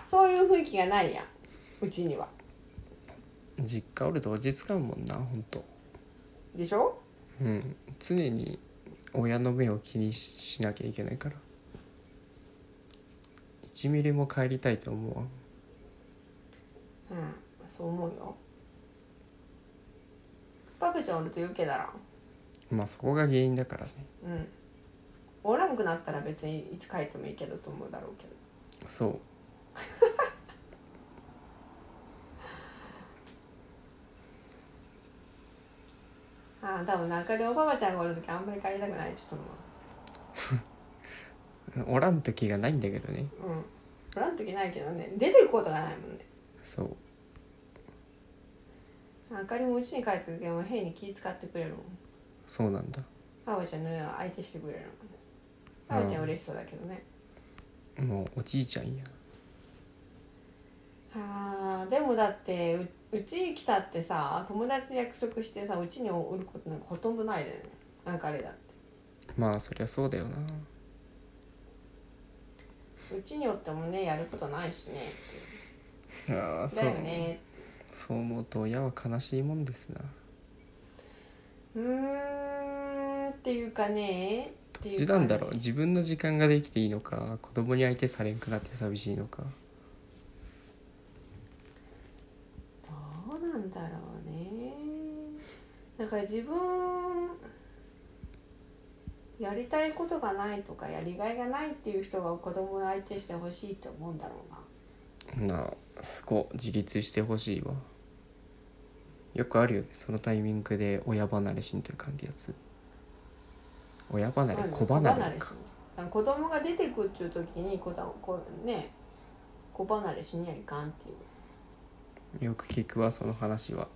そういう雰囲気がないやんうちには。 実家おると落ち着かんもんなほんと。 でしょ。 常に親の目を気にしなきゃいけないから1ミリも帰りたいと思うわ。 そう思うよ。パパちゃんおると余計だら。 まあそこが原因だからね。 おらんくなったら別にいつ帰ってもいいけどと思うだろうけど。 そう多分中でおばばちゃんがおるときあんまり帰りたくない人もおらん時がないんだけどね。 おらん時ないけどね、出てくことがないもんね。 そうあかりもうちに帰った時は変に気使ってくれるもん。 そうなんだ。 ばばちゃんの相手してくれるもんね。ばばちゃん嬉しそうだけどね。 もうおじいちゃんや。 でもだってうちに来たってさ、友達約束してさ、うちにおることなんかほとんどないでね。なんかあれだって。 まあそりゃそうだよな。 うちにおってもねやることないしねそうだよね。 そう思うと親は悲しいもんですな。 っていうかねどっちなんだろう。自分の時間ができていいのか、子供に相手されんくなって寂しいのか。 どうなんだろうね。なんか自分やりたいことがないとかやりがいがないっていう人が子供の相手してほしいって思うんだろうな。 すごい自立してほしいわ。よくあるよね、そのタイミングで親離れしんという感じやつ。親離れ、子離れか。 子供が出てくっちゅう時に子離れしにはいかんっていう。 よく聞くわその話は。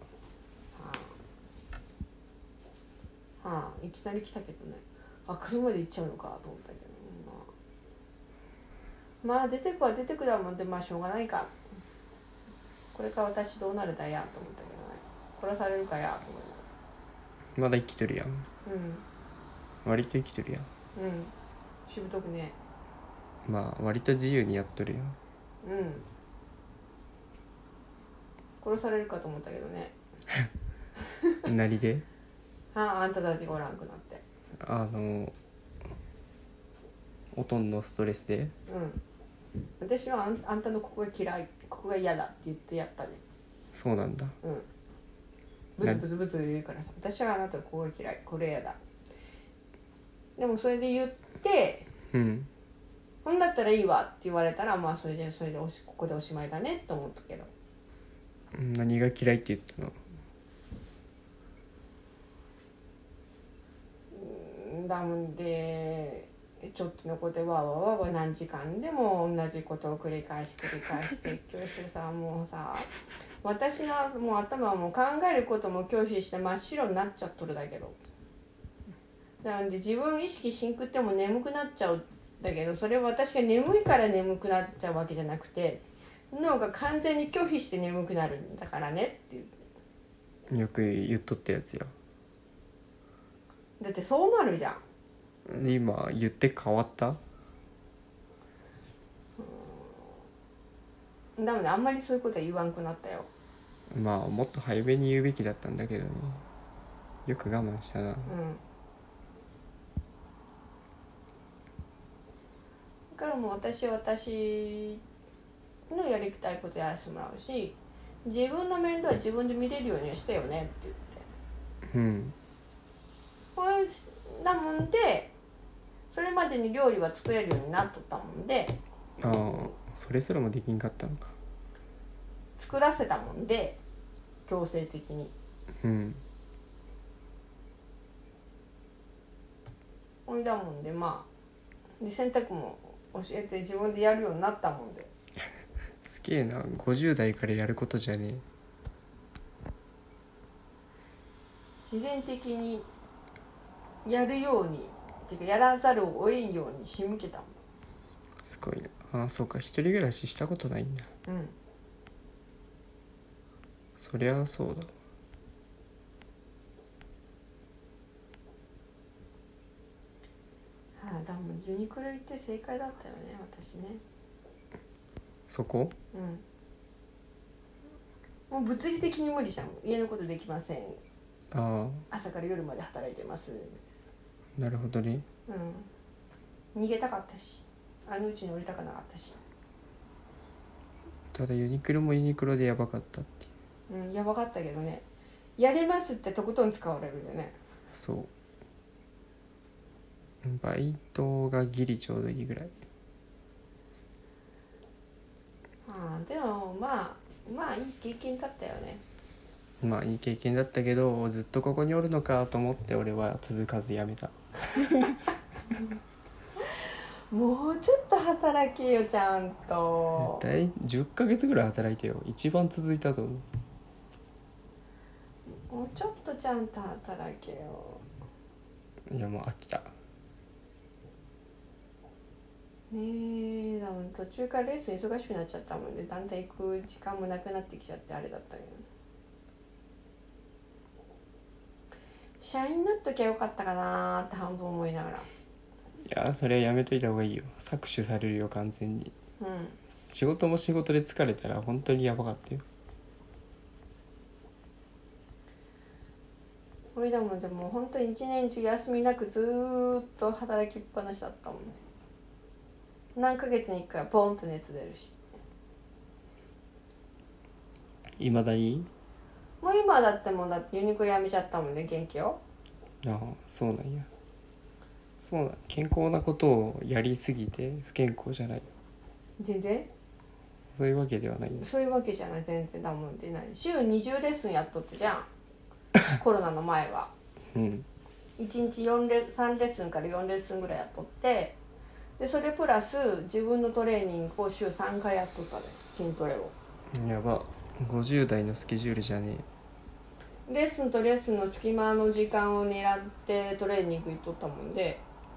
いきなり来たけどね、あかりまで行っちゃうのかと思ったけど、まあ出てくは出てくだもんで、まあしょうがないか、これから私どうなるだやと思ったけどね、殺されるかやと思まだ生きとるやん。割と生きとるやん。 しぶとくね。 まあ割と自由にやっとるやん。 殺されるかと思ったけどね何であんたたちがおらんくなって。 おとんのストレスで。 私はあんたのここが嫌い、ここが嫌だって言ってやったね。 そうなんだ。 ブツブツブツ言うからさ、私はあなたここが嫌い、これ嫌だ。でもそれで言ってほんだったらいいわって言われたら、まあそれでここでおしまいだねと思ったけど。 何が嫌いって言ったの？ だもんでちょっとのことでわわわわ何時間でも同じことを繰り返し説教してさ、もうさ、私のもう頭はもう考えることも拒否して真っ白になっちゃっとるだけど、なんで自分意識しんくっても眠くなっちゃうだけど、それは私が眠いから眠くなっちゃうわけじゃなくて、脳が完全に拒否して眠くなるんだからねっていう。 よく言っとったやつや。 だってそうなるじゃん。 今言って変わった？ だもんね、あんまりそういうことは言わんくなったよ。 まあもっと早めに言うべきだったんだけどね。よく我慢したな。だからもう私は私のやりたいことやらせてもらうし、自分の面倒は自分で見れるようにはしてよねって言って。これだもんで、それまでに料理は作れるようになっとったもんで。 それすらもできんかったのか。 作らせたもんで、強制的に。ほいだもんで、まあで洗濯も教えて自分でやるようになったもんで。 すげえな、50代からやることじゃねえ。 自然的にやるようにっていうか、やらざるを得んように仕向けたもん。 すごいな。そうか、一人暮らししたことないんだ。そりゃそうだ。 だもんユニクロ行って正解だったよね、私ね。 そこもう物理的に無理じゃん。家のことできません、 あ朝から夜まで働いてます。 あなるほどね。 逃げたかったし、あのうちに降りたかなかったし。 ただユニクロもユニクロでやばかったっていう。 やばかったけどね、やれますってとことん使われるんだよね。 そうバイトがギリちょうどいいぐらい。 でもまあいい経験だったよね。 まあいい経験だったけど、ずっとここにおるのかと思って俺は続かずやめた。 もうちょっと働けよちゃんと。 大体10ヶ月ぐらい働いてよ。一番続いたと思う。もうちょっとちゃんと働けよ。 いやもう飽きたねえ、だもん途中からレッスン忙しくなっちゃったもんで、だんだん行く時間もなくなってきちゃってあれだったよ。社員になっときゃよかったかなーって半分思いながら。 いやそれはやめといた方がいいよ。搾取されるよ完全に。仕事も仕事で疲れたら本当にやばかったよ。 俺だもんでも本当に一年中休みなくずーっと働きっぱなしだったもん。何ヶ月に1回ポンと熱出るし。 いまだに？ もう今だってもうだってユニクロ辞めちゃったもんね。元気よ。 ああそうなんや。そうなん健康なことをやりすぎて不健康じゃない。 全然そういうわけではない。 そういうわけじゃない。全然だもんでない。週20レッスンやっとってじゃん。コロナの前は1日3レッスンから4レッスンぐらいやっとって、でそれプラス自分のトレーニングを週3回やっとったね。筋トレを。 やば50代のスケジュールじゃねえ。レッスンとレッスンの隙間の時間を狙ってトレーニング行っとったもんで、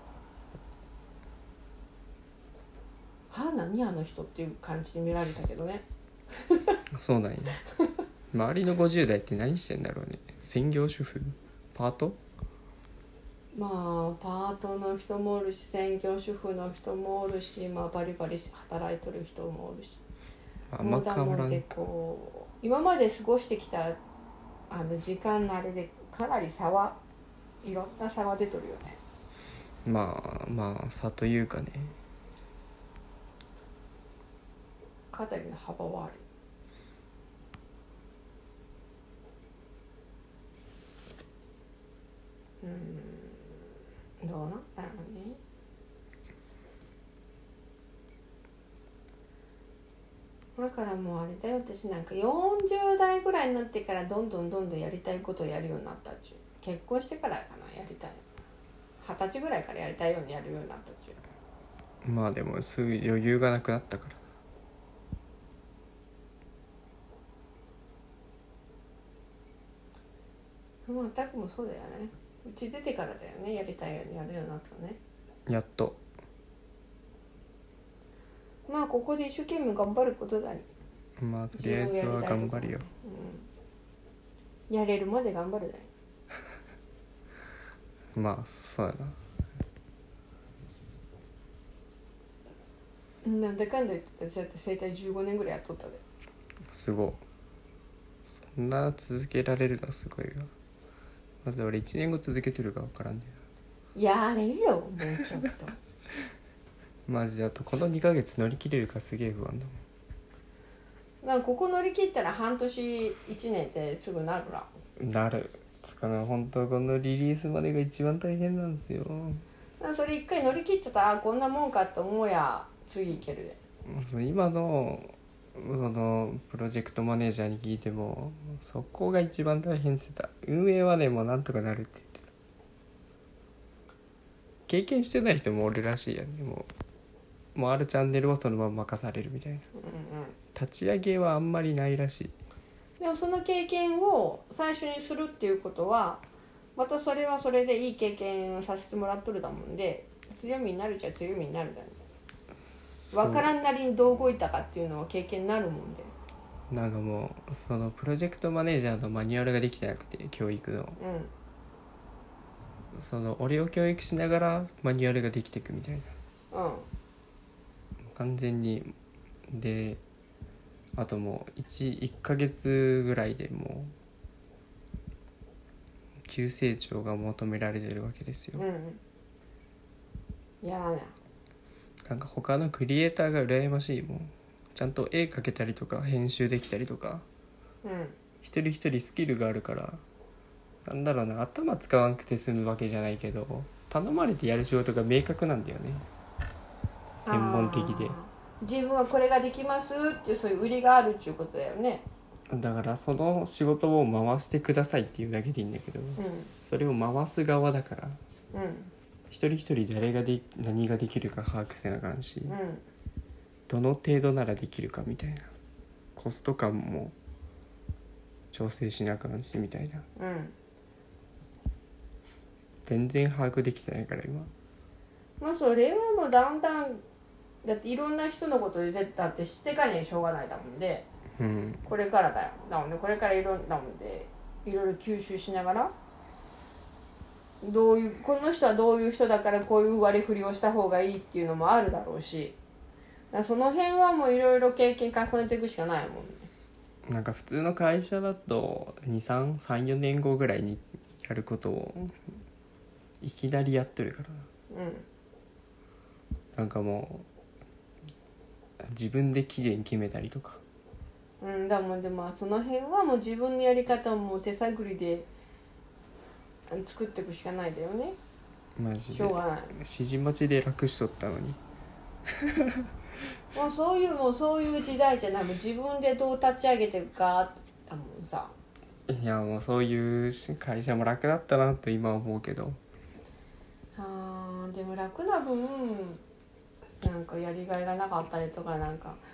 何あの人っていう感じで見られたけどね。 そうなんや。周りの50代って何してんだろうね。専業主婦？パート？ まあパートの人もおるし、専業主婦の人もおるし、バリバリ働いとる人もおるし、 あんま変わらんか。 こう今まで過ごしてきた時間のあれでかなりいろんな差は出とるよね。 まあ差というかね。 かなりの幅はある。どうなんだろうね。だからもうあれだよ、私なんか40代ぐらいになってからどんどんやりたいことをやるようになったっちゅう。結婚してからかな、やりたい。20歳ぐらいからやりたいようにやるようになったっちゅう。まあでもすぐ余裕がなくなったから。 タクもそうだよね。うち出てからだよね、やりたいようにやるようになったのね。 やっと。 ここで一生懸命頑張ることだね。 とりあえずは頑張るよ。 やれるまで頑張るだよ。 そうやな。なんだかんだ言って私だって整体15年ぐらいやっとったで。 すごい。そんな続けられるのすごいわ。まず俺1年後続けてるか分からんねやれよもうちょっと。 マジであとこの2ヶ月乗り切れるかすげえ不安だもん。ここ乗り切ったら半年1年ですぐなるら。 なる。つかな本当このリリースまでが一番大変なんですよ。 それ一回乗り切っちゃったらこんなもんかって思うや次いけるで。 今のそのプロジェクトマネージャーに聞いてもそこが一番大変って言ってた。運営はねもうなんとかなるって言ってた。経験してない人もおるらしいやんね。もうあるチャンネルをそのまま任されるみたいな、立ち上げはあんまりないらしい。 でもその経験を最初にするっていうことはまたそれはそれでいい経験をさせてもらっとるだもんで、強みになるっちゃ強みになるだね。分からんなりにどう動いたかっていうのは経験になるもんで。 なんかもうそのプロジェクトマネージャーのマニュアルができてなくて教育の、その俺を教育しながらマニュアルができていくみたいな、完全にであともう 1ヶ月ぐらいでもう急成長が求められてるわけですよ、 やらない。 なんか他のクリエイターが羨ましいもん。ちゃんと絵描けたりとか編集できたりとか、一人一人スキルがあるから、なんだろうな、頭使わなくて済むわけじゃないけど、頼まれてやる仕事が明確なんだよね、専門的で。 自分はこれができますっていうそういう売りがあるっていうことだよね。 だからその仕事を回してくださいっていうだけでいいんだけど、それを回す側だから、一人一人誰が何ができるか把握せなあかんし、どの程度ならできるかみたいな、コスト感も調整しなあかんしみたいな、全然把握できてないから今。 まあそれはもうだんだん、だっていろんな人のことでだって知ってかにはしょうがないだもんで、これからだよ。だもんでこれからいろんなもんでいろいろ吸収しながら、どういうこの人はどういう人だからこういう割り振りをした方がいいっていうのもあるだろうし、その辺はもういろいろ経験重ねていくしかないもんね。 なんか普通の会社だと4年後ぐらいにやることをいきなりやってるから、なんかもう自分で期限決めたりとか、 だもんで、まあその辺はもう自分のやり方をもう手探りで作っていくしかないんだよね。 マジでしょうがない。 指示待ちで楽しとったのにもうそういう時代じゃない。もう自分でどう立ち上げていくかだもんさ。 いやもうそういう会社も楽だったなと今は思うけど、 でも楽な分なんかやりがいがなかったりとか、なんか